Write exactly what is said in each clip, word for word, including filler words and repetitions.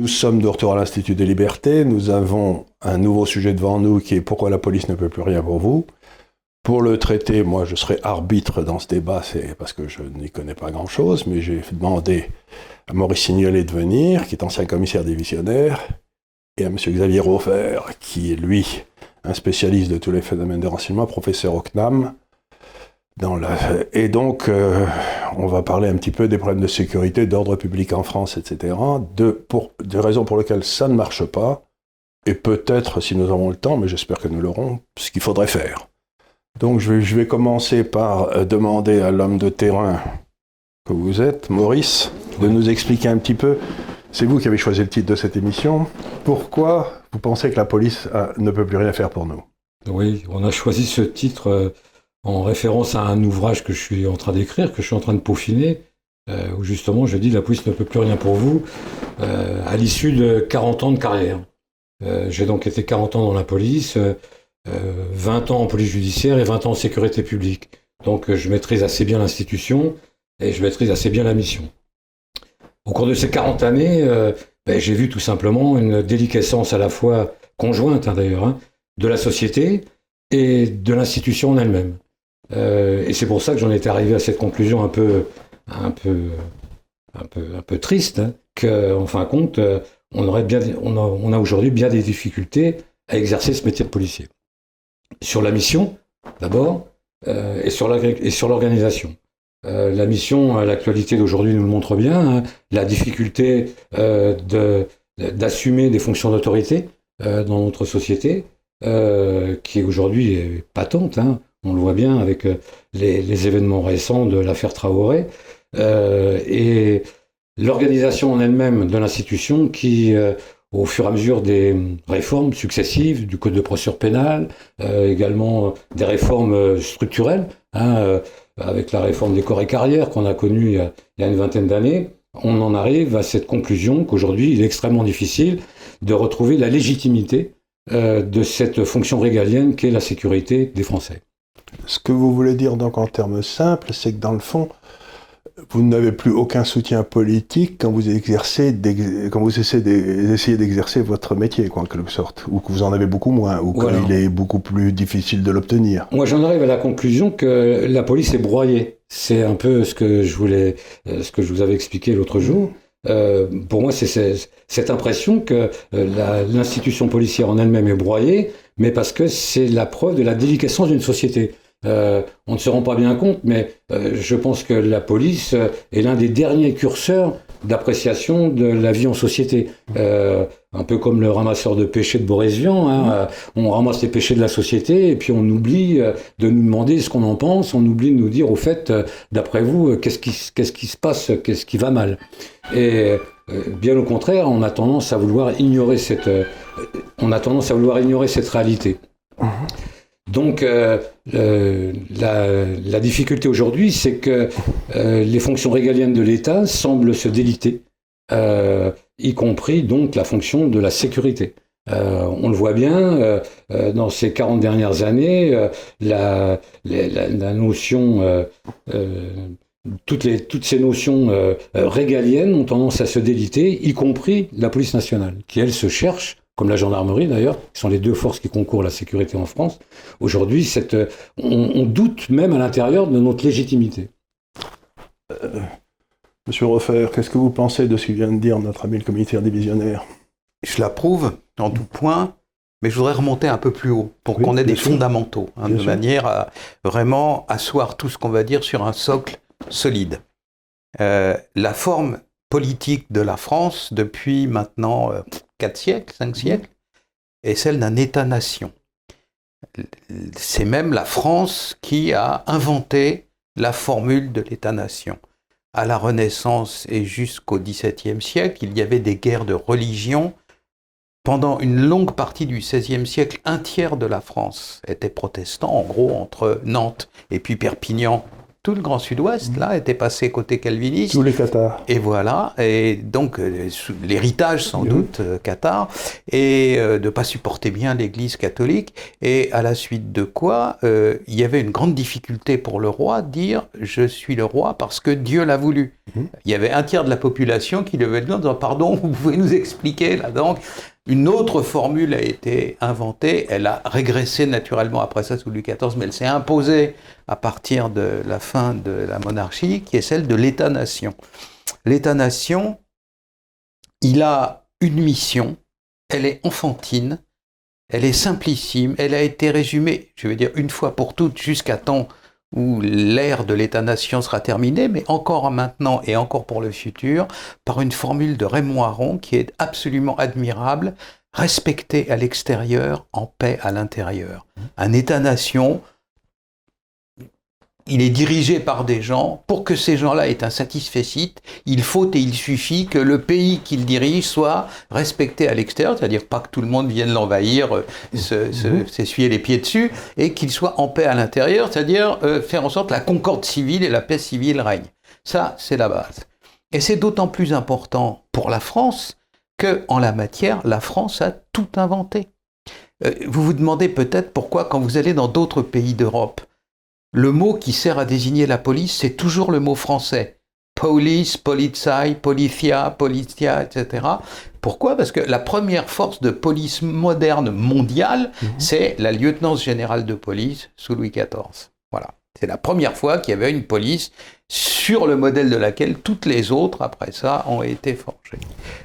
Nous sommes de retour à l'Institut des Libertés. Nous avons un nouveau sujet devant nous qui est « Pourquoi la police ne peut plus rien pour vous ?» Pour le traiter, moi je serai arbitre dans ce débat, c'est parce que je n'y connais pas grand-chose, mais j'ai demandé à Maurice Signolet de venir, qui est ancien commissaire divisionnaire, et à M. Xavier Raufer, qui est lui un spécialiste de tous les phénomènes de renseignement, professeur au C N A M. Dans la... Et donc, euh, on va parler un petit peu des problèmes de sécurité, d'ordre public en France, et cetera, de, pour, des raisons pour lesquelles ça ne marche pas, et peut-être, si nous avons le temps, mais j'espère que nous l'aurons, ce qu'il faudrait faire. Donc je vais, je vais commencer par demander à l'homme de terrain que vous êtes, Maurice, de nous expliquer un petit peu, c'est vous qui avez choisi le titre de cette émission, pourquoi vous pensez que la police a, ne peut plus rien faire pour nous? Oui, on a choisi ce titre euh, en référence à un ouvrage que je suis en train d'écrire, que je suis en train de peaufiner, euh, où justement je dis la police ne peut plus rien pour vous, euh, à l'issue de quarante ans de carrière. Euh, j'ai donc été quarante ans dans la police, euh, Euh, vingt ans en police judiciaire et vingt ans en sécurité publique. Donc euh, je maîtrise assez bien l'institution et je maîtrise assez bien la mission. Au cours de ces quarante années, euh, ben, j'ai vu tout simplement une déliquescence à la fois conjointe hein, d'ailleurs, hein, de la société et de l'institution en elle-même. Euh, et c'est pour ça que j'en étais arrivé à cette conclusion un peu, un peu, un peu, un peu triste, hein, qu'en fin de compte, euh, on, aurait bien, on a, on a aujourd'hui bien des difficultés à exercer ce métier de policier. Sur la mission, d'abord, euh, et sur l'organisation. Euh, la mission, l'actualité d'aujourd'hui nous le montre bien, hein, la difficulté euh, de, d'assumer des fonctions d'autorité euh, dans notre société, euh, qui aujourd'hui est patente, hein, on le voit bien avec les, les événements récents de l'affaire Traoré, euh, et l'organisation en elle-même de l'institution qui... Euh, au fur et à mesure des réformes successives du code de procédure pénale, euh, également euh, des réformes euh, structurelles, hein, euh, avec la réforme des corps et carrières qu'on a connue il y a, il y a une vingtaine d'années, on en arrive à cette conclusion qu'aujourd'hui il est extrêmement difficile de retrouver la légitimité euh, de cette fonction régalienne qu'est la sécurité des Français. Ce que vous voulez dire donc en termes simples, c'est que dans le fond, vous n'avez plus aucun soutien politique quand vous exercez, quand vous essayez d'exercer votre métier, quoi, en quelque sorte, ou que vous en avez beaucoup moins, ou voilà. qu'il est beaucoup plus difficile de l'obtenir. Moi, j'en arrive à la conclusion que la police est broyée. C'est un peu ce que je voulais, ce que je vous avais expliqué l'autre jour. Euh, pour moi, c'est cette impression que euh, l'institution policière en elle-même est broyée, mais parce que c'est la preuve de la déliquescence d'une société. Euh, on ne se rend pas bien compte, mais euh, je pense que la police euh, est l'un des derniers curseurs d'appréciation de la vie en société. Euh, un peu comme le ramasseur de péchés de Borésian, hein, euh, on ramasse les péchés de la société et puis on oublie euh, de nous demander ce qu'on en pense, on oublie de nous dire au fait, euh, d'après vous, euh, qu'est-ce qui, qu'est-ce qui se passe, qu'est-ce qui va mal. Et euh, bien au contraire, on a tendance à vouloir ignorer cette, euh, on a tendance à vouloir ignorer cette réalité. Donc, euh, euh, la, la difficulté aujourd'hui, c'est que euh, les fonctions régaliennes de l'État semblent se déliter, euh, y compris donc la fonction de la sécurité. Euh, on le voit bien, euh, euh, dans ces quarante dernières années, euh, la, la, la notion, euh, euh, toutes, les, toutes ces notions euh, régaliennes ont tendance à se déliter, y compris la police nationale, qui elle se cherche, comme la gendarmerie d'ailleurs, qui sont les deux forces qui concourent à la sécurité en France. Aujourd'hui, cette, on, on doute même à l'intérieur de notre légitimité. Euh, Monsieur Raufer, qu'est-ce que vous pensez de ce que vient de dire notre ami le commissaire divisionnaire? Je l'approuve en tout point, mais je voudrais remonter un peu plus haut pour oui, qu'on ait des sûr. fondamentaux, hein, de sûr. manière à vraiment asseoir tout ce qu'on va dire sur un socle solide. Euh, la forme politique de la France depuis maintenant euh, quatre siècles, cinq siècles, est celle d'un État-nation. C'est même la France qui a inventé la formule de l'État-nation. À la Renaissance et jusqu'au dix-septième siècle, il y avait des guerres de religion. Pendant une longue partie du seizième siècle, un tiers de la France était protestant, en gros entre Nantes et puis Perpignan tout le Grand Sud-Ouest, là, était passé côté calviniste. Tous les cathares. Et voilà, et donc euh, l'héritage sans oui. doute euh, cathare, et euh, de ne pas supporter bien l'Église catholique, et à la suite de quoi, euh, il y avait une grande difficulté pour le roi de dire « je suis le roi parce que Dieu l'a voulu mmh. ». Il y avait un tiers de la population qui devait dire « pardon, vous pouvez nous expliquer là donc ?» Une autre formule a été inventée, elle a régressé naturellement après ça sous Louis quatorze, mais elle s'est imposée à partir de la fin de la monarchie, qui est celle de l'État-nation. L'État-nation, il a une mission, elle est enfantine, elle est simplissime, elle a été résumée, je veux dire, une fois pour toutes, jusqu'à temps où l'ère de l'État-nation sera terminée, mais encore maintenant et encore pour le futur, par une formule de Raymond Aron qui est absolument admirable, respecter à l'extérieur, en paix à l'intérieur. Un État-nation, il est dirigé par des gens. Pour que ces gens-là aient un satisfecit, il faut et il suffit que le pays qu'il dirige soit respecté à l'extérieur, c'est-à-dire pas que tout le monde vienne l'envahir, se, se, s'essuyer les pieds dessus, et qu'il soit en paix à l'intérieur, c'est-à-dire euh, faire en sorte que la concorde civile et la paix civile règnent. Ça, c'est la base. Et c'est d'autant plus important pour la France que, en la matière, la France a tout inventé. Euh, vous vous demandez peut-être pourquoi, quand vous allez dans d'autres pays d'Europe, le mot qui sert à désigner la police, c'est toujours le mot français. Police, polizei, politia, politia, et cetera. Pourquoi ? Parce que la première force de police moderne mondiale, mmh. c'est la lieutenance générale de police sous Louis quatorze. Voilà. C'est la première fois qu'il y avait une police sur le modèle de laquelle toutes les autres, après ça, ont été forgées.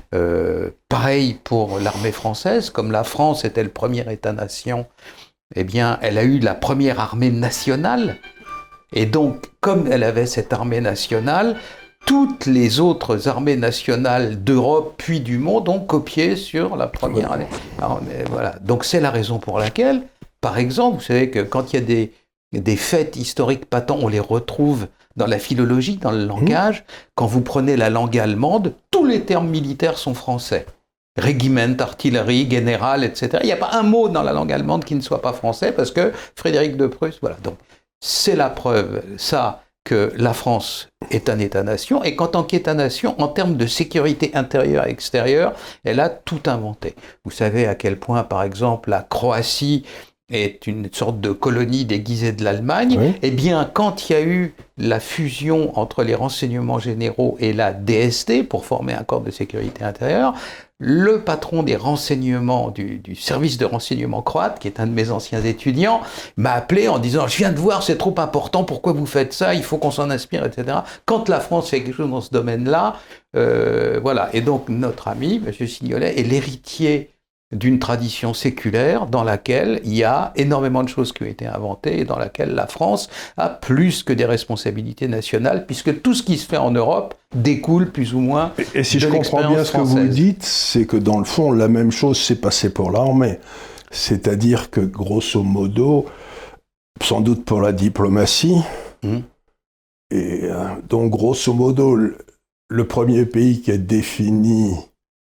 Euh, pareil pour l'armée française, comme la France était le premier État-nation, eh bien, elle a eu la première armée nationale. Et donc, comme elle avait cette armée nationale, toutes les autres armées nationales d'Europe puis du monde ont copié sur la première année. Alors, voilà. Donc, c'est la raison pour laquelle, par exemple, vous savez que quand il y a des, des faits historiques patents, on les retrouve dans la philologie, dans le langage. Mmh. Quand vous prenez la langue allemande, tous les termes militaires sont français. Régiment, artillerie, général, et cetera. Il n'y a pas un mot dans la langue allemande qui ne soit pas français, parce que Frédéric de Prusse, voilà. Donc, c'est la preuve, ça, que la France est un État-nation, et qu'en tant qu'État-nation, en termes de sécurité intérieure et extérieure, elle a tout inventé. Vous savez à quel point, par exemple, la Croatie est une sorte de colonie déguisée de l'Allemagne. Oui. Eh bien, quand il y a eu la fusion entre les renseignements généraux et la D S T, pour former un corps de sécurité intérieure, le patron des renseignements, du, du service de renseignement croate, qui est un de mes anciens étudiants, m'a appelé en disant « Je viens de voir, c'est trop important, pourquoi vous faites ça, il faut qu'on s'en inspire, et cetera » Quand la France fait quelque chose dans ce domaine-là, euh, voilà. Et donc, notre ami, M. Signolet, est l'héritier d'une tradition séculaire dans laquelle il y a énormément de choses qui ont été inventées et dans laquelle la France a plus que des responsabilités nationales, puisque tout ce qui se fait en Europe découle plus ou moins de l'expérience française. Et si je comprends bien ce que vous dites, c'est que dans le fond, la même chose s'est passée pour l'armée. C'est-à-dire que, grosso modo, sans doute pour la diplomatie, mmh. et euh, donc grosso modo, le, le premier pays qui a défini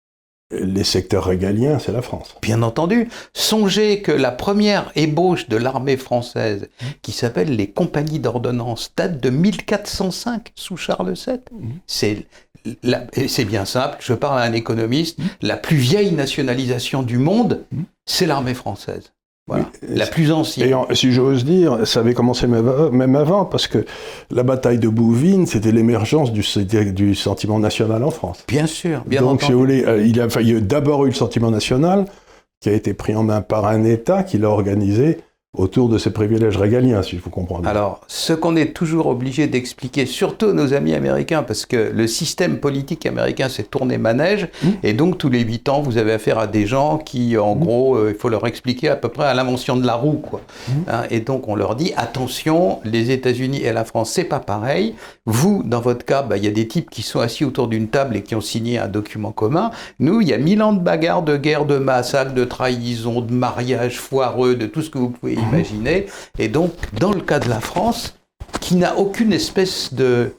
les secteurs régaliens, c'est la France. Bien entendu. Songez que la première ébauche de l'armée française, qui s'appelle les compagnies d'ordonnance, date de mille quatre cent cinq, sous Charles sept. Mmh. C'est, la, c'est bien simple, je parle à un économiste, mmh. la plus vieille nationalisation du monde, mmh. c'est l'armée française. Voilà. Oui, la plus ancienne. Et en, si j'ose dire, ça avait commencé même avant, parce que la bataille de Bouvines, c'était l'émergence du, du sentiment national en France. Bien sûr, bien Donc, entendu. si vous voulez, il, a, il y a d'abord eu le sentiment national, qui a été pris en main par un État qui l'a organisé autour de ses privilèges régaliens, si vous comprenez. Alors, ce qu'on est toujours obligé d'expliquer, surtout nos amis américains, parce que le système politique américain s'est tourné manège, mmh. et donc tous les huit ans, vous avez affaire à des gens qui, en mmh. gros, euh, il faut leur expliquer à peu près à l'invention de la roue, quoi. Mmh. Hein, et donc, on leur dit, attention, les États-Unis et la France, c'est pas pareil. Vous, dans votre cas, bah, y a des types qui sont assis autour d'une table et qui ont signé un document commun. Nous, il y a mille ans de bagarres, de guerres, de massacres, de trahisons, de mariages foireux, de tout ce que vous pouvez imaginer. Et donc, dans le cas de la France, qui n'a aucune espèce de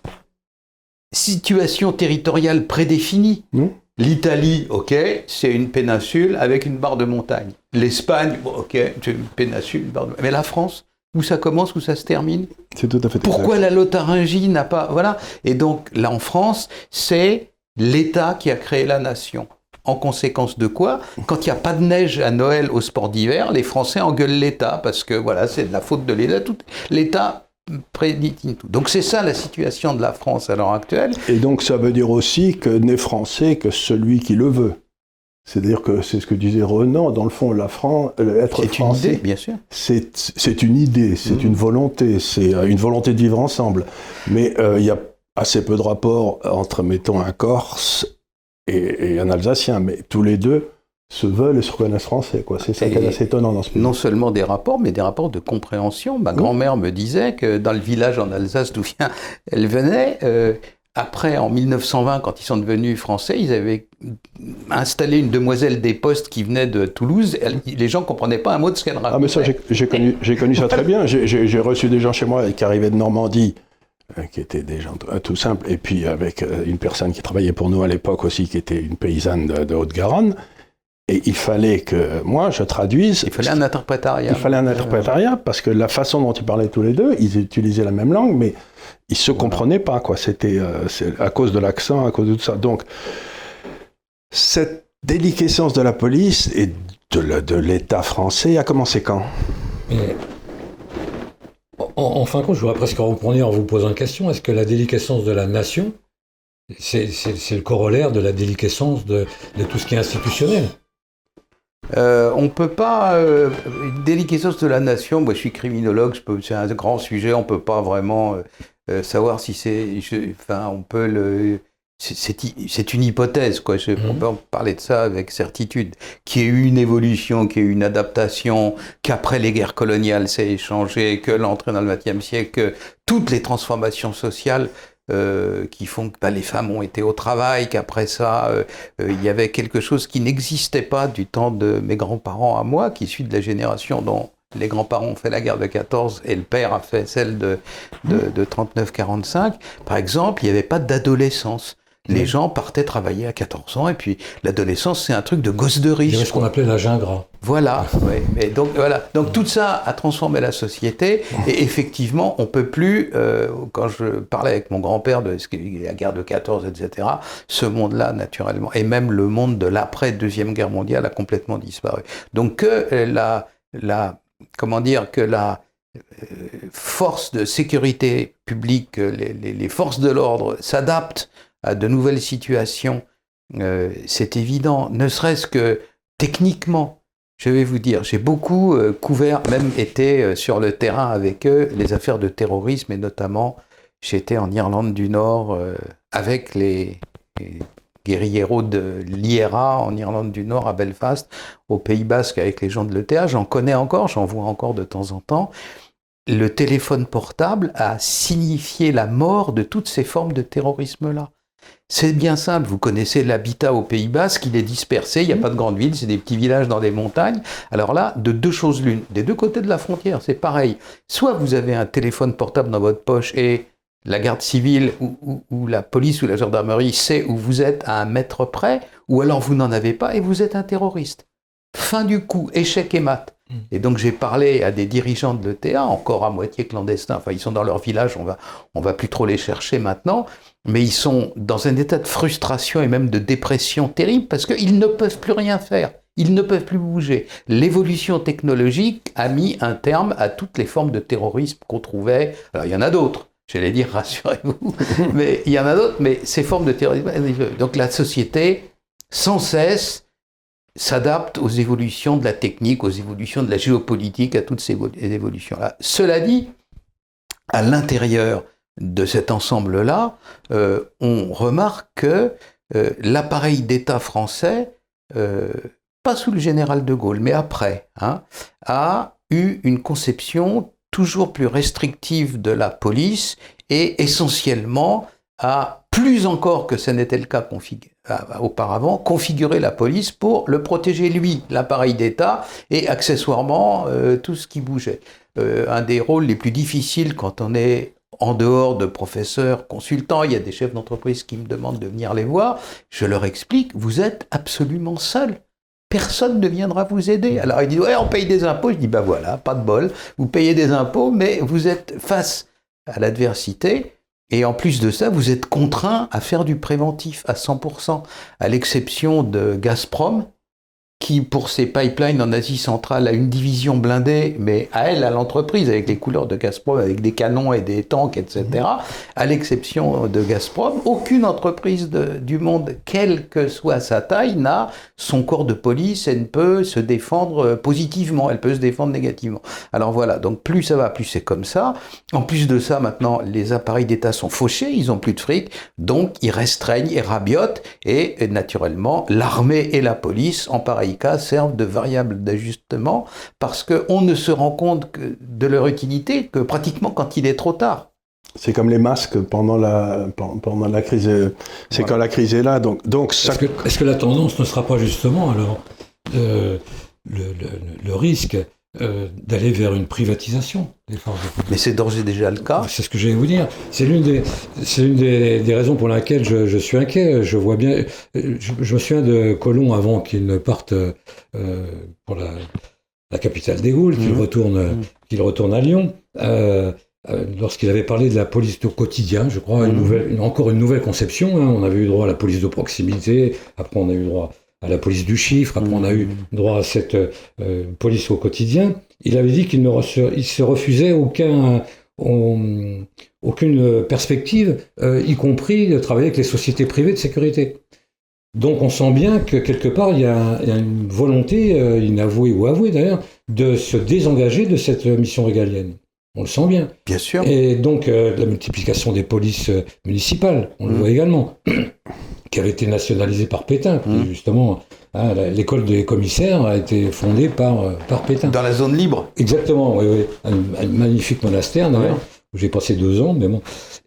situation territoriale prédéfinie. Mmh. L'Italie, ok, c'est une péninsule avec une barre de montagne. L'Espagne, bon, ok, c'est une péninsule, une barre de montagne. Mais la France, où ça commence, où ça se termine. C'est tout à fait Pourquoi exact. la Lotharingie n'a pas... Voilà. Et donc, là, en France, c'est l'État qui a créé la nation. En conséquence de quoi, quand il n'y a pas de neige à Noël au sport d'hiver, les Français engueulent l'État, parce que, voilà, c'est de la faute de l'État. Tout... L'État préditine tout. Donc, c'est ça la situation de la France à l'heure actuelle. Et donc, ça veut dire aussi que n'est français que celui qui le veut. C'est-à-dire que c'est ce que disait Renan, dans le fond, la France, être C'est une français, idée, bien sûr. c'est, c'est une idée, c'est mmh. une volonté, c'est une volonté de vivre ensemble. Mais il euh, y a assez peu de rapport entre, mettons, un Corse et, et un Alsacien, mais tous les deux se veulent et se reconnaissent français, quoi. C'est ça et qui est assez étonnant dans ce pays. Non seulement des rapports, mais des rapports de compréhension. Ma mmh. grand-mère me disait que dans le village en Alsace d'où vient, elle venait... Euh, Après, en mille neuf cent vingt, quand ils sont devenus français, ils avaient installé une demoiselle des postes qui venait de Toulouse. Elle, les gens ne comprenaient pas un mot de ce qu'elle racontait. Ah, mais ça, j'ai, j'ai connu, j'ai connu ça très bien. J'ai, j'ai, j'ai reçu des gens chez moi qui arrivaient de Normandie, euh, qui étaient des gens euh, tout simples, et puis avec euh, une personne qui travaillait pour nous à l'époque aussi, qui était une paysanne de, de Haute-Garonne. Et il fallait que moi, je traduise... Il fallait un interprétariat. Il fallait un interprétariat, parce que la façon dont ils parlaient tous les deux, ils utilisaient la même langue, mais ils se voilà. comprenaient pas, quoi. C'était euh, c'est à cause de l'accent, à cause de tout ça. Donc, cette déliquescence de la police et de, le, de l'État français a commencé quand ? Mais, en, en fin de compte, je voudrais presque reprendre en vous posant une question. Est-ce que la déliquescence de la nation, c'est, c'est, c'est le corollaire de la déliquescence de, de tout ce qui est institutionnel ? Euh, on ne peut pas... Euh, une déliquescence de la nation, moi je suis criminologue, je peux, c'est un grand sujet, on ne peut pas vraiment euh, savoir si c'est... Je, enfin, on peut le... C'est, c'est, c'est une hypothèse, quoi. Je, mmh. On peut en parler de ça avec certitude. Qu'il y ait eu une évolution, qu'il y ait eu une adaptation, qu'après les guerres coloniales, c'est échangé, que l'entrée dans le vingtième siècle, que toutes les transformations sociales... Euh, qui font que bah, les femmes ont été au travail, qu'après ça, euh, euh, il y avait quelque chose qui n'existait pas du temps de mes grands-parents à moi, qui suis de la génération dont les grands-parents ont fait la guerre de quatorze et le père a fait celle de, de, de trente-neuf quarante-cinq. Par exemple, il n'y avait pas d'adolescence. Les mmh. gens partaient travailler à quatorze ans, et puis l'adolescence, c'est un truc de gosse de riche. Il y avait ce qu'on appelait l'âge ingrat. Voilà, ouais. Et donc, voilà. Donc tout ça a transformé la société, et effectivement, on peut plus, euh, quand je parlais avec mon grand-père de la guerre de quatorze, et cetera, ce monde-là, naturellement, et même le monde de l'après-deuxième guerre mondiale a complètement disparu. Donc que la, la comment dire, que la euh, force de sécurité publique, les, les, les forces de l'ordre s'adaptent à de nouvelles situations, euh, c'est évident, ne serait-ce que techniquement. Je vais vous dire, j'ai beaucoup euh, couvert, même été euh, sur le terrain avec eux, les affaires de terrorisme, et notamment, j'étais en Irlande du Nord euh, avec les, les guérilleros de l'I R A en Irlande du Nord, à Belfast, au Pays Basque, avec les gens de l'E T A. J'en connais encore, j'en vois encore de temps en temps. Le téléphone portable a signifié la mort de toutes ces formes de terrorisme-là. C'est bien simple, vous connaissez l'habitat au Pays Basque, il est dispersé, il n'y a pas de grandes villes, c'est des petits villages dans des montagnes. Alors là, de deux choses l'une, des deux côtés de la frontière, c'est pareil. Soit vous avez un téléphone portable dans votre poche et la garde civile ou, ou, ou la police ou la gendarmerie sait où vous êtes à un mètre près, ou alors vous n'en avez pas et vous êtes un terroriste. Fin du coup, échec et mat. Et donc j'ai parlé à des dirigeants de l'E T A, encore à moitié clandestins, enfin ils sont dans leur village, on va, on va plus trop les chercher maintenant, mais ils sont dans un état de frustration et même de dépression terrible parce qu'ils ne peuvent plus rien faire, ils ne peuvent plus bouger. L'évolution technologique a mis un terme à toutes les formes de terrorisme qu'on trouvait, alors il y en a d'autres, j'allais dire rassurez-vous, mais il y en a d'autres, mais ces formes de terrorisme, donc la société sans cesse s'adapte aux évolutions de la technique, aux évolutions de la géopolitique, à toutes ces évolutions-là. Cela dit, à l'intérieur de cet ensemble-là, euh, on remarque que euh, l'appareil d'État français, euh, pas sous le général de Gaulle, mais après, hein, a eu une conception toujours plus restrictive de la police et essentiellement a, plus encore que ce n'était le cas config- auparavant, configurer la police pour le protéger lui, l'appareil d'État, et accessoirement euh, tout ce qui bougeait. Euh, un des rôles les plus difficiles quand on est en dehors de professeurs, consultants, il y a des chefs d'entreprise qui me demandent de venir les voir, je leur explique, vous êtes absolument seul. personne ne viendra vous aider. Alors il dit, ouais, on paye des impôts. Je dis, ben voilà, pas de bol. Vous payez des impôts, mais vous êtes face à l'adversité. Et en plus de ça, vous êtes contraint à faire du préventif à cent pour cent, à l'exception de Gazprom, qui, pour ses pipelines en Asie centrale, a une division blindée, mais à elle, à l'entreprise, avec les couleurs de Gazprom, avec des canons et des tanks, et cetera. À l'exception de Gazprom, aucune entreprise de, du monde, quelle que soit sa taille, n'a son corps de police et ne peut se défendre positivement, elle peut se défendre négativement. Alors voilà, donc plus ça va, plus c'est comme ça. En plus de ça, maintenant, les appareils d'État sont fauchés, ils n'ont plus de fric, donc ils restreignent et rabiotent, et naturellement, l'armée et la police, en pareil cas, servent de variable d'ajustement parce qu'on ne se rend compte que de leur utilité que pratiquement quand il est trop tard. C'est comme les masques pendant la, pendant la crise. C'est voilà. Quand la crise est là. Donc, donc ça... est-ce, que, est-ce que la tendance ne sera pas justement alors euh, le, le, le risque euh, d'aller vers une privatisation des forces de police? Mais c'est d'ores et déjà le cas. C'est ce que j'allais vous dire. C'est l'une des, c'est l'une des, des raisons pour laquelle je, je suis inquiet. Je vois bien. Je, je me souviens de Colomb avant qu'il ne parte euh, pour la, la capitale des Gaules, mmh. qu'il retourne, mmh. qu'il retourne à Lyon. Euh, euh, lorsqu'il avait parlé de la police au quotidien, je crois, mmh. une nouvelle, une, encore une nouvelle conception. Hein. On avait eu droit à la police de proximité. Après, on a eu droit à la police du chiffre, après on a eu droit à cette euh, police au quotidien. Il avait dit qu'il ne re- il se refusait aucun, on, aucune perspective, euh, y compris de travailler avec les sociétés privées de sécurité. Donc on sent bien que quelque part il y a, il y a une volonté, euh, inavouée ou avouée d'ailleurs, de se désengager de cette mission régalienne. On le sent bien. Bien sûr. Et donc euh, la multiplication des polices euh, municipales, on mmh. le voit également. Qui avait été nationalisé par Pétain. Mmh. Justement, hein, l'école des commissaires a été fondée par, par Pétain. Dans la zone libre. Exactement, oui, oui. Un, un magnifique monastère, d'ailleurs, ouais. où j'ai passé deux ans, mais bon.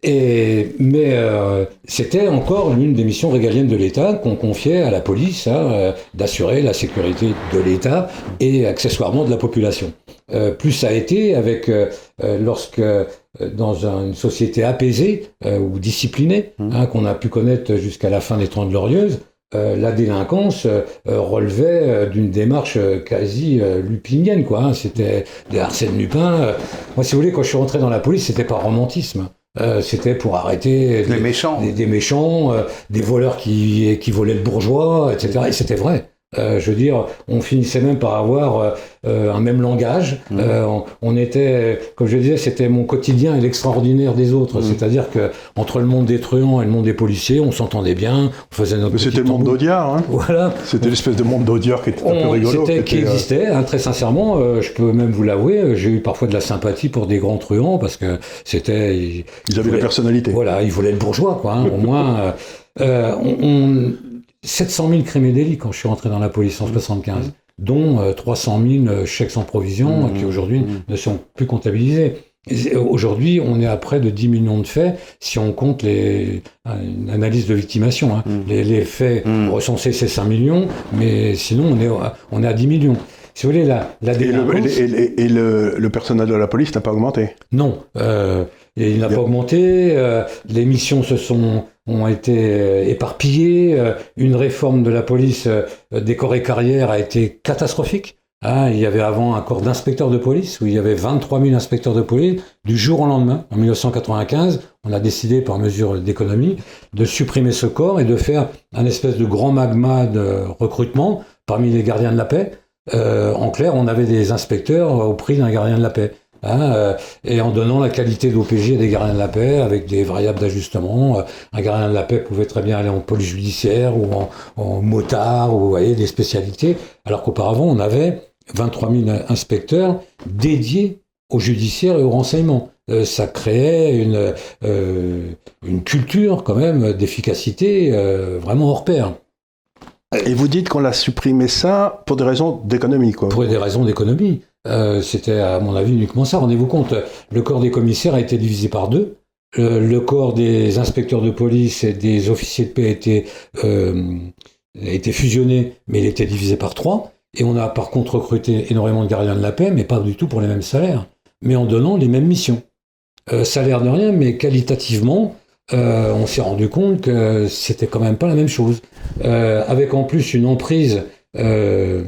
Et, mais euh, c'était encore l'une des missions régaliennes de l'État qu'on confiait à la police, hein, euh, d'assurer la sécurité de l'État et accessoirement de la population. Euh, plus ça a été avec euh, lorsque euh, dans un, une société apaisée euh, ou disciplinée, mmh. hein, qu'on a pu connaître jusqu'à la fin des Trente Glorieuses, euh, la délinquance euh, relevait euh, d'une démarche euh, quasi euh, lupinienne, quoi. Hein. C'était des Arsène Lupin. Euh. Moi, si vous voulez, quand je suis rentré dans la police, c'était pas romantisme. Euh, c'était pour arrêter des, les méchants, des, des méchants, euh, des voleurs qui, qui volaient le bourgeois, et cetera. Et c'était vrai. Euh, je veux dire, on finissait même par avoir euh, un même langage. Mmh. Euh, on, on était, comme je disais, c'était mon quotidien et l'extraordinaire des autres. Mmh. C'est-à-dire que entre le monde des truands et le monde des policiers, on s'entendait bien, on faisait notre. Mais c'était le monde d'Audiard, hein. Voilà. C'était l'espèce de monde d'Audiard qui était un on, peu rigolo. C'était, qui existait, hein, très sincèrement. Euh, je peux même vous l'avouer, j'ai eu parfois de la sympathie pour des grands truands parce que c'était. Ils, ils avaient voulaient, la personnalité. Voilà, ils voulaient le bourgeois, quoi. Hein, au moins, euh, on. on sept cent mille crimes et délits quand je suis rentré dans la police en soixante-quinze, mmh. dont euh, trois cent mille chèques sans provision mmh. qui aujourd'hui mmh. ne sont plus comptabilisés. Et aujourd'hui, on est à près de dix millions de faits si on compte les, une analyse de victimation. Hein. Mmh. Les, les faits mmh. recensés, c'est cinq millions, mais sinon, on est, on est à dix millions. Si vous voulez, la, la délinquance... Et, le, et, le, et le, le personnel de la police n'a pas augmenté? Non, euh, il n'a pas augmenté. Euh, les missions se sont... ont été euh, éparpillés. Euh, une réforme de la police euh, des corps et carrières a été catastrophique. Hein, il y avait avant un corps d'inspecteurs de police où il y avait vingt-trois mille inspecteurs de police. Du jour au lendemain, en dix-neuf cent quatre-vingt-quinze, on a décidé par mesure d'économie de supprimer ce corps et de faire un espèce de grand magma de recrutement parmi les gardiens de la paix. Euh, en clair, on avait des inspecteurs au prix d'un gardien de la paix. Hein, euh, et en donnant la qualité d'O P J à des gardiens de la paix avec des variables d'ajustement. Euh, un gardien de la paix pouvait très bien aller en police judiciaire ou en, en motard ou vous voyez, des spécialités, alors qu'auparavant on avait vingt-trois mille inspecteurs dédiés au judiciaire et au renseignement. Euh, ça créait une, euh, une culture quand même d'efficacité euh, vraiment hors pair. Et vous dites qu'on a supprimé ça pour des raisons d'économie, quoi. Pour des raisons d'économie. Euh, c'était, à mon avis, uniquement ça. Rendez-vous compte, le corps des commissaires a été divisé par deux. Euh, le corps des inspecteurs de police et des officiers de paix a été, euh, a été fusionné, mais il était divisé par trois. Et on a par contre recruté énormément de gardiens de la paix, mais pas du tout pour les mêmes salaires, mais en donnant les mêmes missions. Euh, salaire de rien, mais qualitativement, euh, on s'est rendu compte que c'était quand même pas la même chose. Euh, avec en plus une emprise euh,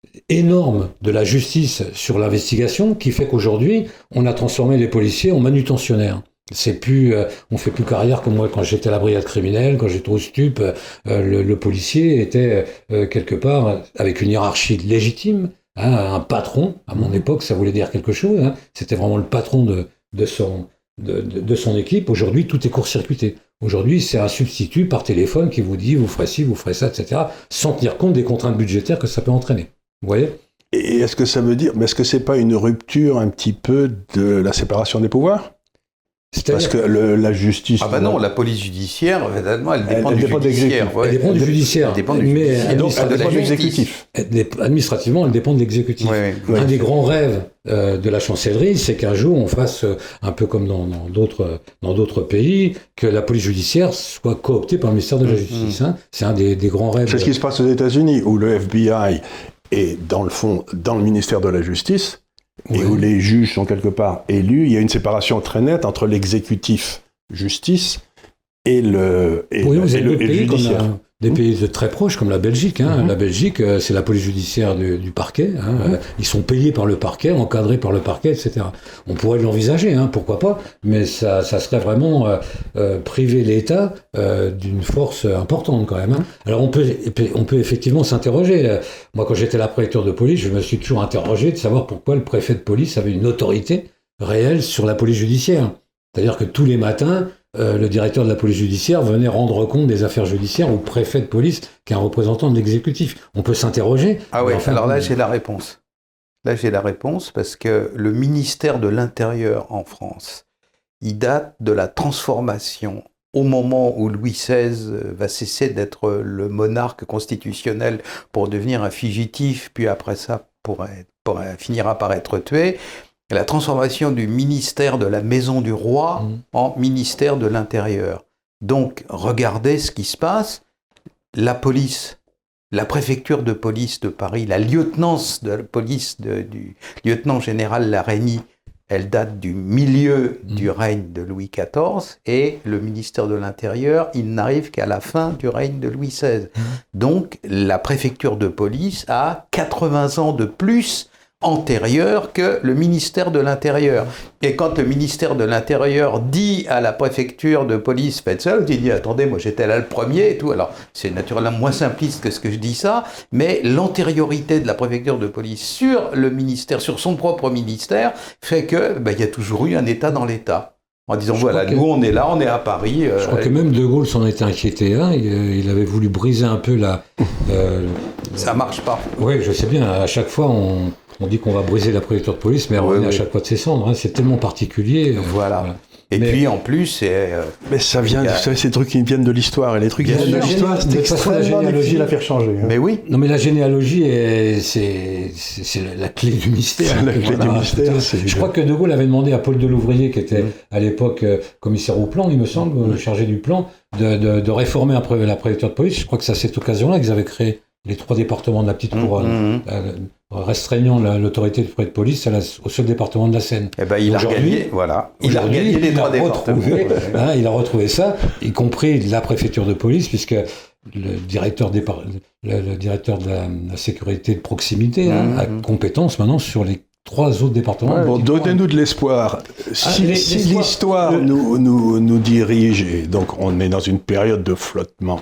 énorme de la justice sur l'investigation qui fait qu'aujourd'hui, on a transformé les policiers en manutentionnaires. C'est plus, euh, on fait plus carrière comme moi quand j'étais à la brigade criminelle, quand j'étais au stup, euh, le, le policier était euh, quelque part avec une hiérarchie légitime, hein, un patron. À mon époque, ça voulait dire quelque chose. Hein, c'était vraiment le patron de, de son, de, de, de son équipe. Aujourd'hui, tout est court-circuité. Aujourd'hui, c'est un substitut par téléphone qui vous dit vous ferez ci, vous ferez ça, et cetera, sans tenir compte des contraintes budgétaires que ça peut entraîner. Vous voyez ? Et est-ce que ça veut dire, mais est-ce que c'est pas une rupture un petit peu de la séparation des pouvoirs ? C'est-à-dire... Parce que le, la justice... Ah bah non, la police judiciaire, évidemment, elle dépend Elle- elle du dépend de judiciaire. l'exécutif. ouais. Elle dépend du judiciaire. Elle dépend du Mais judiciaire. Et donc, elle de la dépend de justice. l'exécutif. Elle dé- administrativement, elle dépend de l'exécutif. Ouais, ouais. Un des grands rêves euh, de la chancellerie, c'est qu'un jour on fasse, euh, un peu comme dans, dans, d'autres, dans d'autres pays, que la police judiciaire soit cooptée par le ministère de la Justice. Hein. C'est un des, des grands rêves. C'est ce qui se passe aux États-Unis, où le F B I est, dans le fond, dans le ministère de la Justice, Oui. et où les juges sont quelque part élus. Il y a une séparation très nette entre l'exécutif justice et le, et Oui, le, vous et avez le- d'autres et le pays comme judiciaire. la- des pays de très proches comme la Belgique. Hein. Mhm. La Belgique, euh, c'est la police judiciaire du, du parquet. Hein. Euh, Ils sont payés par le parquet, encadrés par le parquet, et cetera. On pourrait l'envisager, hein, pourquoi pas, mais ça, ça serait vraiment euh, euh, priver l'État euh, d'une force importante quand même. Hein. Alors on peut, on peut effectivement s'interroger. Euh, Moi, quand j'étais la préfecture de police, je me suis toujours interrogé de savoir pourquoi le préfet de police avait une autorité réelle sur la police judiciaire. C'est-à-dire que tous les matins, Euh, le directeur de la police judiciaire venait rendre compte des affaires judiciaires au préfet de police, qui est un représentant de l'exécutif. On peut s'interroger. Ah oui, enfin, alors là, j'ai la réponse. Là, j'ai la réponse parce que le ministère de l'Intérieur en France, il date de la transformation au moment où Louis seize va cesser d'être le monarque constitutionnel pour devenir un fugitif, puis après ça, pourrait, pourrait, finira par être tué. La transformation du ministère de la Maison du Roi Mmh. en ministère de l'Intérieur. Donc, regardez ce qui se passe. La police, la préfecture de police de Paris, la lieutenance de la police de- du lieutenant général Larénie, elle date du milieu Mmh. du règne de Louis quatorze, et le ministère de l'Intérieur, il n'arrive qu'à la fin du règne de Louis seize. Mmh. Donc, la préfecture de police a quatre-vingts ans de plus antérieur que le ministère de l'Intérieur. Et quand le ministère de l'Intérieur dit à la préfecture de police, faites ça, il dit, attendez, moi j'étais là le premier et tout. Alors, c'est naturellement moins simpliste que ce que je dis ça, mais l'antériorité de la préfecture de police sur le ministère, sur son propre ministère, fait que, ben, il y a toujours eu un État dans l'État. En disant, Je voilà, crois que- nous on est là, on est à Paris. euh, Je crois que même De Gaulle s'en était inquiété. Hein. Il, il avait voulu briser un peu la... Euh, ça marche pas. oui, je sais bien. À chaque fois, on, on dit qu'on va briser la préfecture de police, mais elle Oui, revenait à oui. chaque fois de ses cendres. Hein. C'est tellement particulier. euh, Voilà. voilà. Et Mais- puis en plus, c'est... euh, Mais ça vient, Il y a- vous savez, ces trucs qui viennent de l'histoire, et les trucs qui Bien viennent de sûr. l'histoire, c'est De toute façon, la extrêmement généalogie- difficile à faire changer. hein. Mais oui. Non, mais la généalogie, est- c'est, c'est, c'est la, la clé du mystère. C'est la clé du mystère, c'est- Je crois que De Gaulle avait demandé à Paul Delouvrier, qui était Mm. à l'époque euh, commissaire au plan, il me semble, Mm. euh, chargé du plan, de, de, de réformer un pré- la préfecture de police. Je crois que c'est à cette occasion-là qu'ils avaient créé les trois départements de la petite couronne, Mhm. euh, restreignant la- l'autorité du préfet de police à la- au seul département de la Seine. Eh ben, il a Aujourd'hui- regagné, voilà. Il a Aujourd'hui, regagné les il trois a départements. retrouvé, hein, il a retrouvé ça, y compris la préfecture de police, puisque le directeur, des par- le, le directeur de la, la sécurité de proximité hein, Mhm. a compétence maintenant sur les trois autres départements. Ouais, bon, Qui- donnez-nous de l'espoir. Si, les- si l'espoir- l'histoire le- nous, nous, nous dirige, et donc on est dans une période de flottement,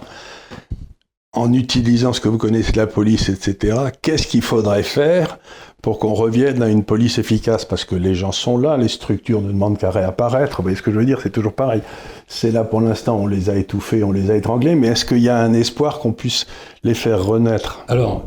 en utilisant ce que vous connaissez de la police, et cetera, qu'est-ce qu'il faudrait faire pour qu'on revienne à une police efficace? Parce que les gens sont là, les structures ne demandent qu'à réapparaître. Vous voyez ce que je veux dire? C'est toujours pareil. C'est là pour l'instant, on les a étouffés, on les a étranglés, mais est-ce qu'il y a un espoir qu'on puisse les faire renaître? Alors,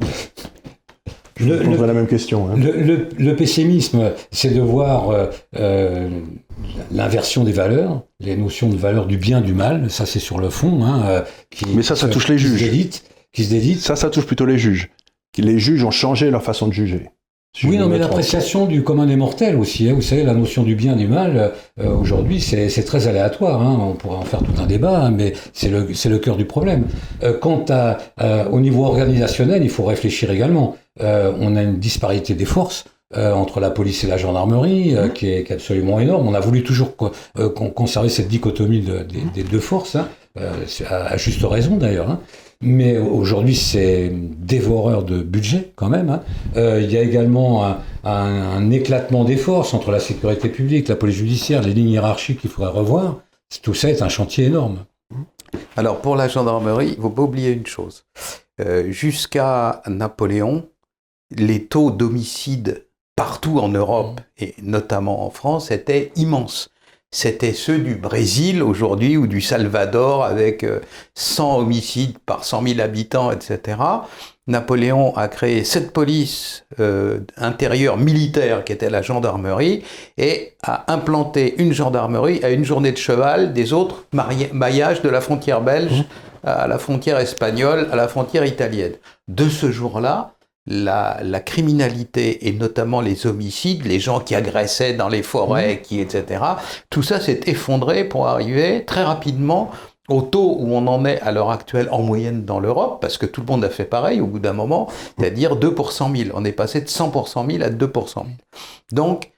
Je le, vous poserai le- la même question. hein. le- le- le pessimisme, c'est de voir euh, euh, l'inversion des valeurs, les notions de valeur du bien, du mal, ça c'est sur le fond. Hein, euh, qui, Mais ça, ça touche les qui se juges. délite, qui se délite. Ça, ça touche plutôt les juges. Les juges ont changé leur façon de juger. Si Oui, je non, me mais trompe. l'appréciation du commun des mortels aussi. Hein. Vous savez, la notion du bien, du mal, euh, aujourd'hui, c'est, c'est très aléatoire. Hein. On pourrait en faire tout un débat, hein, mais c'est le, c'est le cœur du problème. Euh, quant à, euh, au niveau organisationnel, il faut réfléchir également. Euh, on a une disparité des forces euh, entre la police et la gendarmerie euh, qui, est, qui est absolument énorme. On a voulu toujours co- euh, con- conserver cette dichotomie de, des, des deux forces, hein, euh, c'est à, à juste raison d'ailleurs. Hein. mais aujourd'hui c'est dévoreur de budget quand même. Hein. Euh, il y a également un, un, un éclatement des forces entre la sécurité publique, la police judiciaire, les lignes hiérarchiques qu'il faudrait revoir. Tout ça est un chantier énorme. Alors pour la gendarmerie, il ne faut pas oublier une chose. Euh, jusqu'à Napoléon, les taux d'homicide partout en Europe, et notamment en France, étaient immenses. C'était ceux du Brésil aujourd'hui ou du Salvador avec cent homicides par cent mille habitants, et cetera. Napoléon a créé cette police euh, intérieure militaire qui était la gendarmerie et a implanté une gendarmerie à une journée de cheval des autres maillages de la frontière belge à la frontière espagnole, à la frontière italienne. De ce jour-là, La, la criminalité et notamment les homicides, les gens qui agressaient dans les forêts, qui, et cetera, tout ça s'est effondré pour arriver très rapidement au taux où on en est à l'heure actuelle en moyenne dans l'Europe, parce que tout le monde a fait pareil au bout d'un moment, c'est-à-dire deux pour cent mille. On est passé de cent pour cent mille à deux pour cent mille. Donc,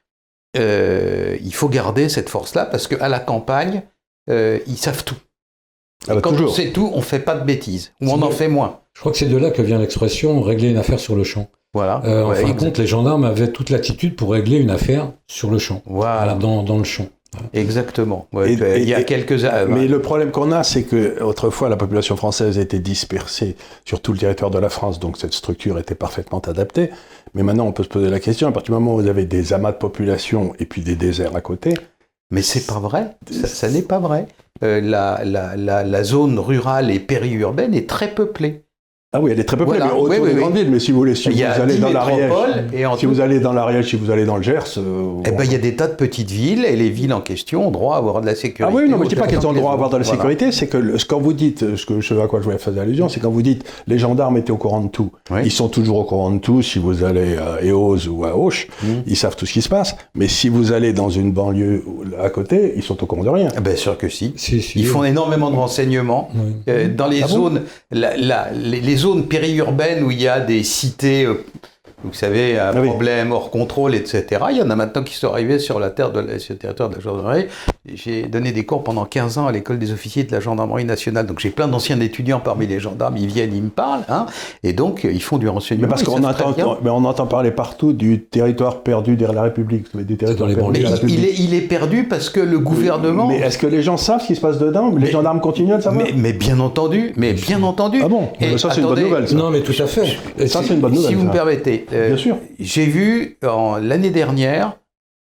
euh, il faut garder cette force-là, parce qu'à la campagne, euh, ils savent tout. Ah bah quand toujours. on sait tout, on ne fait pas de bêtises, ou on en fait moins. Je crois que c'est de là que vient l'expression « régler une affaire sur le champ ». Voilà. Euh, en ouais, fin de exact. compte, les gendarmes avaient toute l'attitude pour régler une affaire sur le champ, Voilà. dans, dans le champ. Exactement. Ouais, Et- il y a et- quelques années. Mais le problème qu'on a, c'est que autrefois la population française était dispersée sur tout le territoire de la France, donc cette structure était parfaitement adaptée. Mais maintenant, on peut se poser la question, à partir du moment où vous avez des amas de population et puis des déserts à côté. Mais c'est pas vrai. Ça, ça n'est pas vrai. Euh, la, la, la, la zone rurale et périurbaine est très peuplée. Ah oui, elle est très peuplée, Voilà. mais autour Oui, oui, des oui. grandes villes. Mais si vous voulez, si Il y vous a allez dix dans l'Ariège, métropoles et en si tout- vous allez dans l'Ariège, si vous allez dans le Gers, euh, Eh ben, il y a des tas de petites villes et les villes en question ont droit à avoir de la sécurité. Ah oui, non, mais je dis pas autant qu'elles ont que le droit à les avoir de la autres. Voilà. sécurité, c'est que le- ce quand vous dites, ce, que, ce à quoi je voulais faire allusion, c'est quand vous dites les gendarmes étaient au courant de tout. Oui. Ils sont toujours au courant de tout. Si vous allez à Eauze ou à Auch, Mmh. ils savent tout ce qui se passe. Mais si vous allez dans une banlieue à côté, ils sont au courant de rien. Ah ben, sûr que si. Si, si. Ils font énormément de renseignements. Oui. Euh, dans les Ah bon zones, la, la, les, les zones périurbaines où il y a des cités, euh, vous savez, un Ah oui. problème hors contrôle, et cetera. Il y en a maintenant qui sont arrivés sur la terre de la, sur le territoire de la gendarmerie. J'ai donné des cours pendant quinze ans à l'école des officiers de la gendarmerie nationale. Donc j'ai plein d'anciens étudiants parmi les gendarmes. Ils viennent, ils me parlent, hein, et donc ils font du renseignement. Mais parce ils qu'on savent très entend, bien. mais on entend parler partout du territoire perdu de la République, des territoires les perdus Mais de la il, il République. est, il est perdu parce que le gouvernement. Mais est-ce que les gens savent ce qui se passe dedans? Les Mais- gendarmes continuent à le savoir? mais, mais bien entendu, mais bien entendu. Ah bon? Et Mais ça, c'est une bonne attendez, nouvelle, ça. Non, mais tout à fait. Ça, c'est une bonne nouvelle. Si vous ça. me permettez, euh, Bien sûr. j'ai vu en- l'année dernière,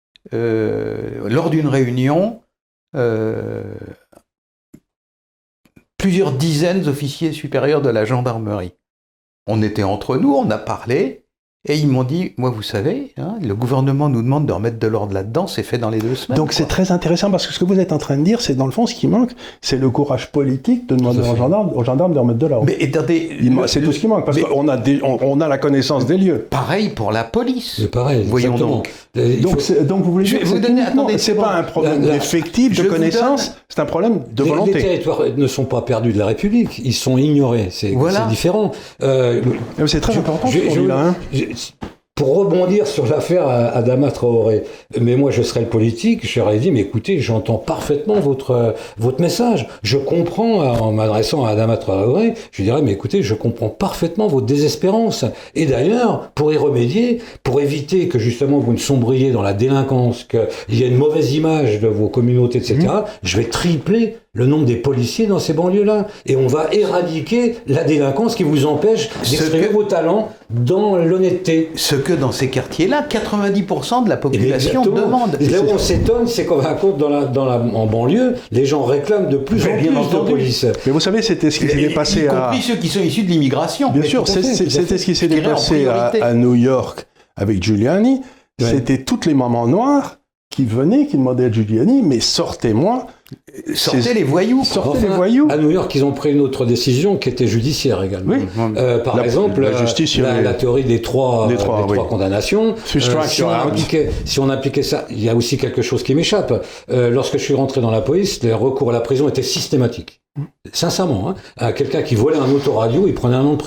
euh, lors d'une réunion, euh, plusieurs dizaines d'officiers supérieurs de la gendarmerie. On était entre nous, on a parlé, et ils m'ont dit, moi vous savez, hein, le gouvernement nous demande de remettre de l'ordre là-dedans, c'est fait dans les deux semaines. Donc c'est quoi. très intéressant parce que ce que vous êtes en train de dire, c'est dans le fond ce qui manque, c'est le courage politique de demander Tout à aux fait. gendarmes, aux gendarmes de remettre de l'ordre. Mais attendez, Il ma- le- C'est tout ce qui manque parce mais- qu'on a, des- on, on a la connaissance des lieux. pareil pour la police. C'est pareil. Voyons exactement. donc. Euh, il Donc, faut- c'est- donc vous voulez Je dire vais que vous c'est donner- uniquement- attendez, c'est c'est pas bon. un problème La- la- d'effectif, je de vous connaissance, donne- c'est un problème de les, volonté. les territoires ne sont pas perdus de la République, ils sont ignorés. C'est Voilà. c'est différent. Euh, Mais C'est très je- important je- ce qu'on je- dit là. Hein. je- Pour rebondir sur l'affaire Adama Traoré, mais moi je serais le politique, j'aurais dit, mais écoutez, j'entends parfaitement votre, votre message. Je comprends, en m'adressant à Adama Traoré, je dirais, mais écoutez, je comprends parfaitement votre désespérance. Et d'ailleurs, pour y remédier, pour éviter que justement vous ne sombriez dans la délinquance, qu'il y ait une mauvaise image de vos communautés, et cetera, je vais tripler le nombre des policiers dans ces banlieues-là. Et on va éradiquer la délinquance qui vous empêche Ce d'exprimer que- vos talents dans l'honnêteté. Ce que dans ces quartiers-là, quatre-vingt-dix pour cent de la population Exactement. demande. Et là où on s'étonne, c'est qu'en fin de compte, dans la, dans la, en banlieue, les gens réclament de plus Mais en bien plus entendu. de police. Mais vous savez, c'était ce qui s'est Y passé à. compris ceux qui sont issus de l'immigration. Bien Mais sûr, tout à c'est- fait, c'est- tout à c'était fait. ce qui s'est Je dirais en passé à, priorité. à New York avec Giuliani. Ouais. C'était toutes les mamans noires qui venaient, qui demandaient à Giuliani, mais sortez-moi. Sortez C'est- les voyous. Sortez Enfin, les voyous. À New York, ils ont pris une autre décision qui était judiciaire également. Oui. Euh, par La- exemple, la justice, il y la, avait- la théorie des trois, Des euh, trois, des oui. trois condamnations. Three strikes, si, on you're out. appliquait, si on appliquait ça, il y a aussi quelque chose qui m'échappe. Euh, lorsque je suis rentré dans la police, les recours à la prison étaient systématiques. Sincèrement, hein, à quelqu'un qui volait un autoradio, il prenait un an de prison.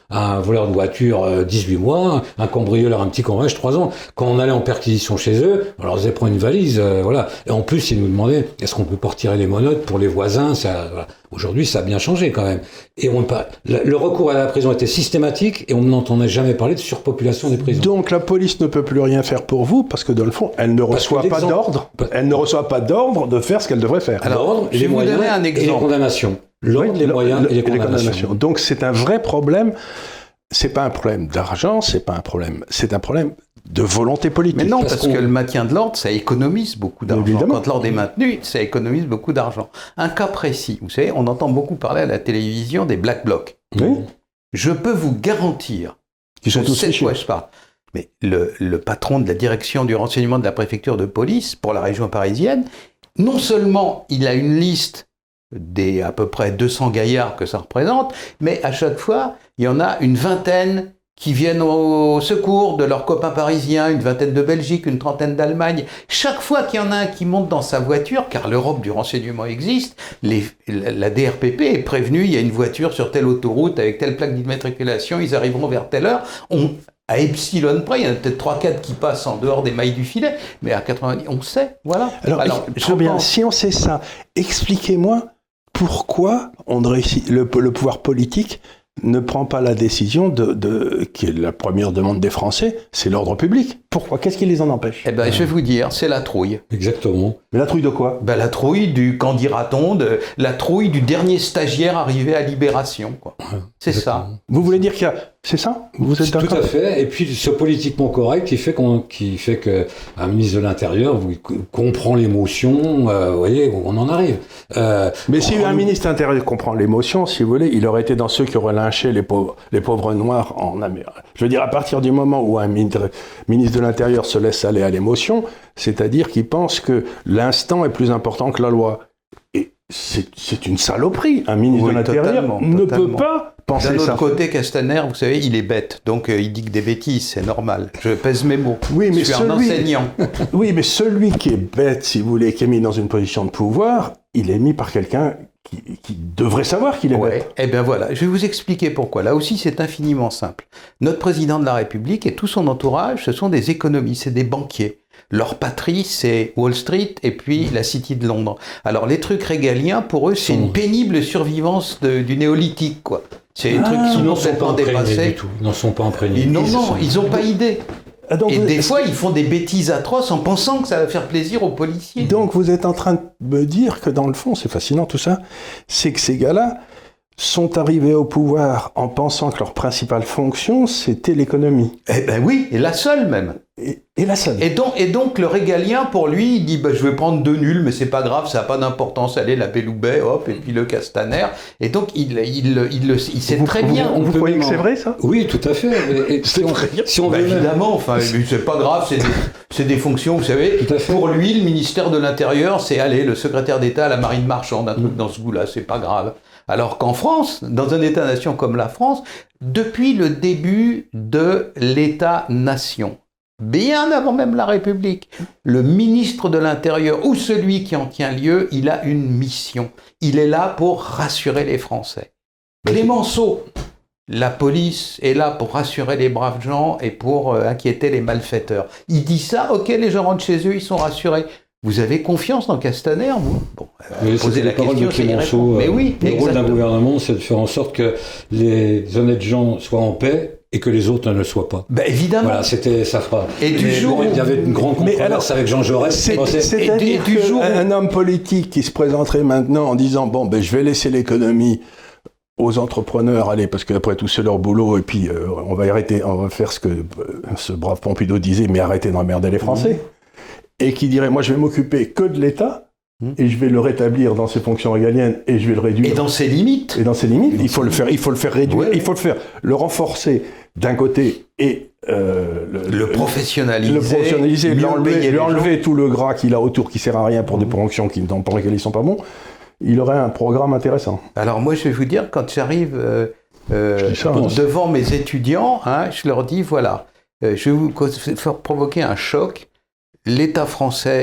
un voleur de voiture euh, dix-huit mois, un cambrioleur un petit cambriolage trois ans. Quand on allait en perquisition chez eux, on leur faisait prendre une valise, euh, voilà. Et en plus, ils nous demandaient est-ce qu'on peut pas retirer les menottes pour les voisins. Ça, voilà. Aujourd'hui, ça a bien changé quand même. Et on, le recours à la prison était systématique et on n'entendait jamais parler de surpopulation des prisons. Donc la police ne peut plus rien faire pour vous parce que dans le fond, elle ne reçoit pas d'ordre. Elle ne reçoit pas d'ordre de faire ce qu'elle devrait faire. Alors, l'ordre, je vais vous donner un exemple. Et les condamnations. L'ordre, oui, les moyens le, et les condamnations. les condamnations. Donc c'est un vrai problème. C'est pas un problème d'argent, c'est pas un problème. C'est un problème de volonté politique. Mais non, parce, parce que le maintien de l'ordre, ça économise beaucoup d'argent. Évidemment. Quand l'ordre est maintenu, ça économise beaucoup d'argent. Un cas précis, vous savez, on entend beaucoup parler à la télévision des Black Blocs. Oui. Je peux vous garantir, Ils sont je tous sais de fichus. quoi je parle, mais le, le patron de la direction du renseignement de la préfecture de police pour la région parisienne, non seulement il a une liste des à peu près deux cents gaillards que ça représente, mais à chaque fois, il y en a une vingtaine qui viennent au secours de leurs copains parisiens, une vingtaine de Belgique, une trentaine d'Allemagne. Chaque fois qu'il y en a un qui monte dans sa voiture, car l'Europe du renseignement existe, les, la D R P P est prévenue, il y a une voiture sur telle autoroute avec telle plaque d'immatriculation, ils arriveront vers telle heure. On, à epsilon près, il y en a peut-être trois quatre qui passent en dehors des mailles du filet, mais à quatre-vingt-dix, on sait, voilà. Alors, Alors je bien, pense... si on sait ça, expliquez-moi pourquoi on réussit, le, le pouvoir politique ne prend pas la décision de, de, qui est la première demande des Français, c'est l'ordre public. Pourquoi ? Qu'est-ce qui les en empêche ? Eh ben, euh... je vais vous dire, c'est la trouille. Exactement. Mais la trouille de quoi ? Ben, la trouille du, qu'en dira-t-on, de, la trouille du dernier stagiaire arrivé à Libération, quoi. Ouais, c'est exactement. Ça. Vous voulez dire qu'il y a... C'est ça ? Vous êtes d'accord ? Tout à fait. Et puis, ce politiquement correct qui fait, qu'on, qui fait qu'un ministre de l'Intérieur vous, comprend l'émotion, euh, vous voyez, on en arrive. Euh, Mais si un ministre de l'Intérieur comprend l'émotion, si vous voulez, il aurait été dans ceux qui auraient lynché les pauvres, les pauvres noirs en Amérique. Je veux dire, à partir du moment où un ministre de l'Intérieur se laisse aller à l'émotion, c'est-à-dire qu'il pense que l'instant est plus important que la loi. Et c'est, c'est une saloperie. Un ministre oui, de l'Intérieur totalement, ne totalement. peut pas penser ça. D'un autre côté, Castaner, vous savez, il est bête. Donc, euh, il dit que des bêtises, c'est normal. Je pèse mes mots. Oui, mais je suis celui, un enseignant. Oui, mais celui qui est bête, si vous voulez, qui est mis dans une position de pouvoir, il est mis par quelqu'un qui, qui devrait savoir qu'il est ouais. bête. Eh bien voilà, je vais vous expliquer pourquoi. Là aussi, c'est infiniment simple. Notre président de la République et tout son entourage, ce sont des économistes, c'est des banquiers. Leur patrie, c'est Wall Street et puis la City de Londres. Alors, les trucs régaliens, pour eux, c'est une pénible survivance de, du néolithique, quoi. C'est des ah, trucs qui sont complètement dépassés. Ils n'en sont pas imprégnés. Non, non, sont... ils n'ont pas idée. Ah, donc et vous... des fois, ils font des bêtises atroces en pensant que ça va faire plaisir aux policiers. Donc, vous êtes en train de me dire que, dans le fond, c'est fascinant tout ça, c'est que ces gars-là sont arrivés au pouvoir en pensant que leur principale fonction, c'était l'économie. Eh ben oui, et la seule même. Et, et la seule. Et donc, et donc le régalien, pour lui, il dit bah, je vais prendre deux nuls, mais c'est pas grave, ça n'a pas d'importance. Allez, la Belloubet, hop, et puis le Castaner. Et donc, il, il, il, il, il, il sait vous, très vous, bien. Vous, vous croyez que c'est vrai, ça ? Oui, tout à fait. Et, et si on, si on bah, évidemment, enfin, c'est pas grave, c'est des, c'est des fonctions, vous savez. Pour lui, le ministère de l'Intérieur, c'est aller, le secrétaire d'État à la marine marchande, un truc mmh. dans ce goût-là, c'est pas grave. Alors qu'en France, dans un État-nation comme la France, depuis le début de l'État-nation, bien avant même la République, le ministre de l'Intérieur ou celui qui en tient lieu, il a une mission. Il est là pour rassurer les Français. Clémenceau, la police est là pour rassurer les braves gens et pour euh, inquiéter les malfaiteurs. Il dit ça, ok, les gens rentrent chez eux, ils sont rassurés. Vous avez confiance dans Castaner, vous ? Bon, euh, posez la question, de Clémenceau, mais oui, le rôle d'un gouvernement, c'est de faire en sorte que les honnêtes gens soient en paix et que les autres ne le soient pas. Ben évidemment. Voilà, c'était sa phrase. Et du jour où il y avait une grande controverse avec Jean Jaurès. C'est, c'est, c'est-à-dire qu'un homme politique qui se présenterait maintenant en disant bon ben je vais laisser l'économie aux entrepreneurs, allez, parce qu'après tout c'est leur boulot, et puis euh, on va arrêter, on va faire ce que euh, ce brave Pompidou disait, mais arrêtez d'emmerder les Français. Mmh. Et qui dirait, moi je vais m'occuper que de l'État, mmh. et je vais le rétablir dans ses fonctions régaliennes, et je vais le réduire. Et dans ses limites. Et dans ses limites, il faut le faire, il faut le faire réduire, ouais. il faut le faire, le renforcer d'un côté, et euh, le, le professionnaliser, le professionnaliser, lui enlever, lui enlever tout le gras qu'il a autour, qui sert à rien pour mmh. des fonctions qui, pour lesquelles ils sont pas bons. Il aurait un programme intéressant. Alors moi je vais vous dire, quand j'arrive euh, euh, ça, hein. devant mes étudiants, hein, je leur dis, voilà, euh, je vais vous faire provoquer un choc. L'État français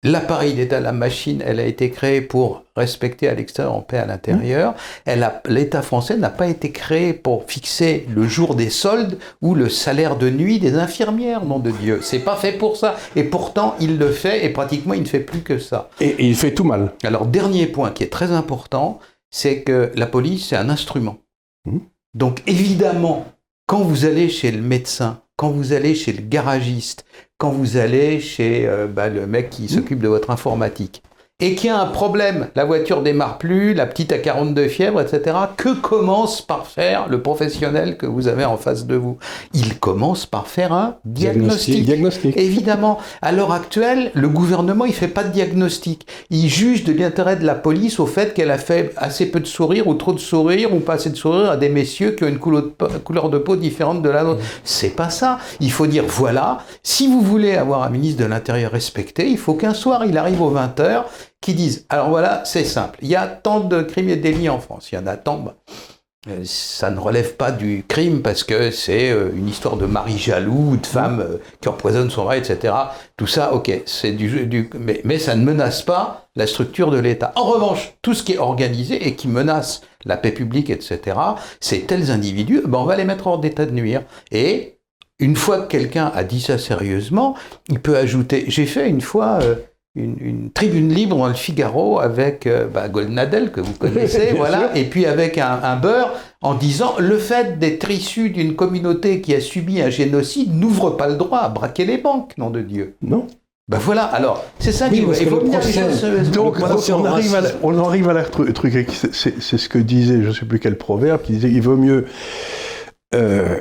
l'appareil d'État, la machine, elle a été créée pour respecter à l'extérieur en paix à l'intérieur. Elle a, l'État français n'a pas été créé pour fixer le jour des soldes ou le salaire de nuit des infirmières, nom de Dieu. C'est pas fait pour ça. Et pourtant, il le fait et pratiquement, il ne fait plus que ça. Et, et il fait tout mal. Alors, dernier point qui est très important, c'est que la police, c'est un instrument. Mmh. Donc, évidemment, quand vous allez chez le médecin, quand vous allez chez le garagiste, quand vous allez chez euh, bah, le mec qui mmh. s'occupe de votre informatique, et qu'il y a un problème, la voiture démarre plus, la petite a quarante-deux fièvres, et cetera, que commence par faire le professionnel que vous avez en face de vous? Il commence par faire un diagnostic. Diagnostic. Évidemment, à l'heure actuelle, le gouvernement, il fait pas de diagnostic. Il juge de l'intérêt de la police au fait qu'elle a fait assez peu de sourires, ou trop de sourires, ou pas assez de sourires à des messieurs qui ont une couleur de peau différente de la nôtre. Mmh. C'est pas ça. Il faut dire, voilà, si vous voulez avoir un ministre de l'Intérieur respecté, il faut qu'un soir, il arrive aux vingt heures, qui disent, alors voilà, c'est simple, il y a tant de crimes et délits en France, il y en a tant, bah, ça ne relève pas du crime parce que c'est une histoire de mari jaloux, de femme qui empoisonne son mari, et cetera. Tout ça, ok, c'est du, du mais, mais ça ne menace pas la structure de l'État. En revanche, tout ce qui est organisé et qui menace la paix publique, et cetera, c'est tels individus, ben on va les mettre hors d'état de nuire. Et une fois que quelqu'un a dit ça sérieusement, il peut ajouter, j'ai fait une fois... Euh, Une, une tribune libre dans le Figaro avec euh, bah, Goldnadel, que vous connaissez, voilà, sûr. Et puis avec un, un beurre, en disant le fait d'être issu d'une communauté qui a subi un génocide n'ouvre pas le droit à braquer les banques, nom de Dieu. Non. Ben voilà, alors, c'est ça oui, qu'il faut bien choses. Donc, on arrive, à la, on arrive à la truc, c'est, c'est ce que disait, je ne sais plus quel proverbe, qui disait il vaut mieux euh,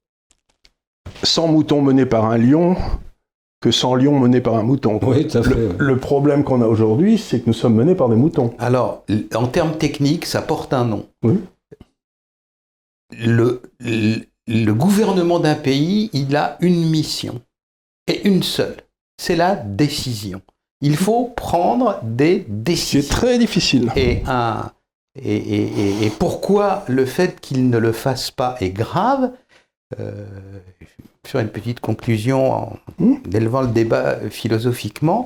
cent moutons menés par un lion que cent lions menés par un mouton. Oui, tout à fait. Le, le problème qu'on a aujourd'hui, c'est que nous sommes menés par des moutons. Alors, en termes techniques, ça porte un nom. Oui. Le, le, le gouvernement d'un pays, il a une mission, et une seule, c'est la décision. Il faut prendre des décisions. C'est très difficile. Et, un, et, et, et, et pourquoi le fait qu'il ne le fasse pas est grave, euh, faire une petite conclusion en mmh. élevant le débat philosophiquement.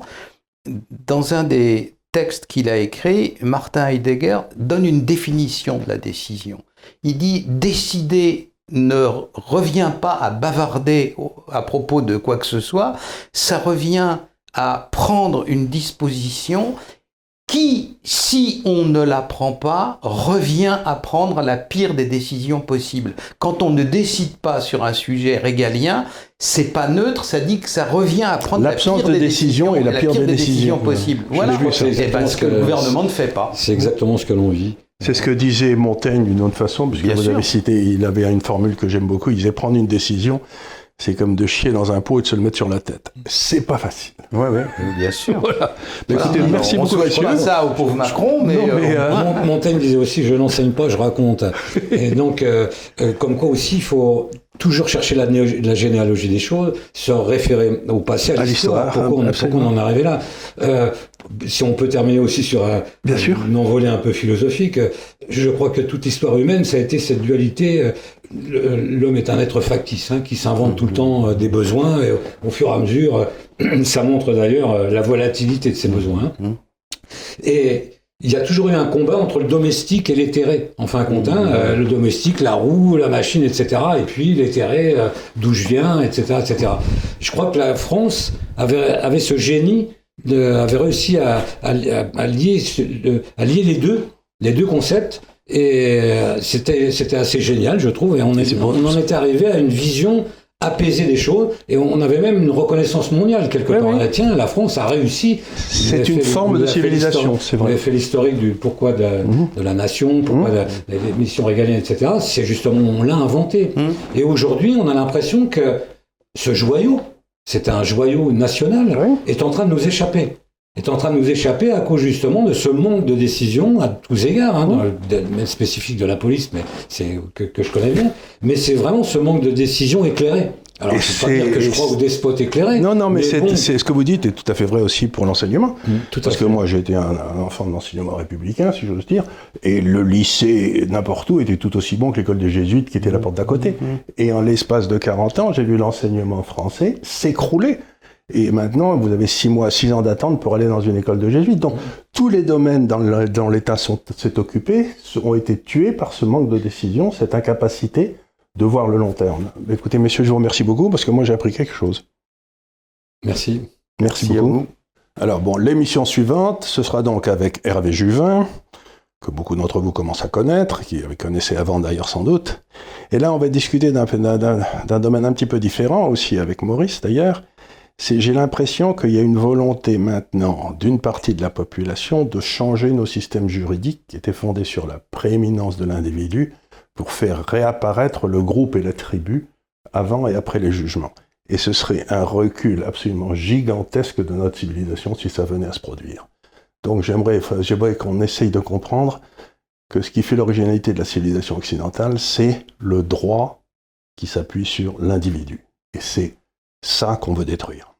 Dans un des textes qu'il a écrit, Martin Heidegger donne une définition de la décision. Il dit « décider ne revient pas à bavarder à propos de quoi que ce soit, ça revient à prendre une disposition qui, si on ne la prend pas, revient à prendre la pire des décisions possibles. Quand on ne décide pas sur un sujet régalien, c'est pas neutre, ça dit que ça revient à prendre l'absence la pire de des décision décisions et la pire, la pire des, des décisions, décisions possibles. Ouais. Voilà, c'est parce que le gouvernement ne fait pas. C'est exactement ce que l'on vit. C'est ce que disait Montaigne d'une autre façon, parce que Bien vous sûr. avez cité, il avait une formule que j'aime beaucoup, il disait prendre une décision, c'est comme de chier dans un pot et de se le mettre sur la tête. C'est pas facile. Ouais, ouais, bien sûr. Voilà. Mais voilà. écoutez, Alors, merci on beaucoup, ne monsieur. pas ça au pauvre Macron, mais... Non, mais euh, euh... Montaigne disait aussi, je n'enseigne pas, je raconte. Et donc, euh, euh, comme quoi aussi, il faut toujours chercher la, néo- la généalogie des choses, se référer au passé, à, à l'histoire. l'histoire. Pourquoi, on, pourquoi on en est arrivé là euh, Si on peut terminer aussi sur un, Bien sûr. un envolé un peu philosophique, je crois que toute l'histoire humaine, ça a été cette dualité. L'homme est un être factice, hein, qui s'invente tout le temps euh, des besoins, et au, au fur et à mesure, euh, ça montre d'ailleurs euh, la volatilité de ces besoins. Hein. Et il y a toujours eu un combat entre le domestique et l'éthéré. En fin de compte, hein, euh, le domestique, la roue, la machine, et cetera. Et puis l'éthéré, euh, d'où je viens, et cetera, et cetera. Je crois que la France avait, avait ce génie, de, avait réussi à, à, à, lier, à lier les deux, les deux concepts. Et c'était, c'était assez génial, je trouve. Et on, est, on en était arrivé à une vision apaisée des choses. Et on avait même une reconnaissance mondiale, quelque oui, part. oui. Ah, tiens, la France a réussi. C'est une forme de civilisation, c'est vrai. On avait fait l'historique du pourquoi de la, mmh. de la nation, pourquoi mmh. de la mission régalienne, et cetera. C'est justement, on l'a inventé. Mmh. Et aujourd'hui, on a l'impression que ce joyau, c'est un joyau national, oui. est en train de nous échapper. est en train de nous échapper à cause justement de ce manque de décision à tous égards, hein, dans le domaine spécifique de la police, mais c'est que, que je connais bien. Mais c'est vraiment ce manque de décision éclairée. Alors, je ne veux pas dire que je crois aux despotes éclairés. Non, non, mais, mais c'est, bon. c'est ce que vous dites est tout à fait vrai aussi pour l'enseignement. Mmh, tout parce à que fait. moi, j'ai été un, un enfant de l'enseignement républicain, si j'ose dire, et le lycée, n'importe où, était tout aussi bon que l'école des Jésuites qui était à la porte d'à côté. Mmh. Et en l'espace de quarante ans, j'ai vu l'enseignement français s'écrouler. Et maintenant, vous avez six mois, six ans d'attente pour aller dans une école de jésuites. Donc, tous les domaines dans, le, dans l'État sont, s'est occupé ont été tués par ce manque de décision, cette incapacité de voir le long terme. Écoutez, messieurs, je vous remercie beaucoup parce que moi, j'ai appris quelque chose. Merci. Merci, Merci beaucoup. à vous. Alors, bon, l'émission suivante, ce sera donc avec Hervé Juvin, que beaucoup d'entre vous commencent à connaître, qui connaissaient avant d'ailleurs sans doute. Et là, on va discuter d'un, d'un, d'un domaine un petit peu différent, aussi avec Maurice d'ailleurs. C'est, j'ai l'impression qu'il y a une volonté maintenant d'une partie de la population de changer nos systèmes juridiques qui étaient fondés sur la prééminence de l'individu pour faire réapparaître le groupe et la tribu avant et après les jugements. Et ce serait un recul absolument gigantesque de notre civilisation si ça venait à se produire. Donc j'aimerais, j'aimerais qu'on essaye de comprendre que ce qui fait l'originalité de la civilisation occidentale, c'est le droit qui s'appuie sur l'individu. Et c'est ça qu'on veut détruire.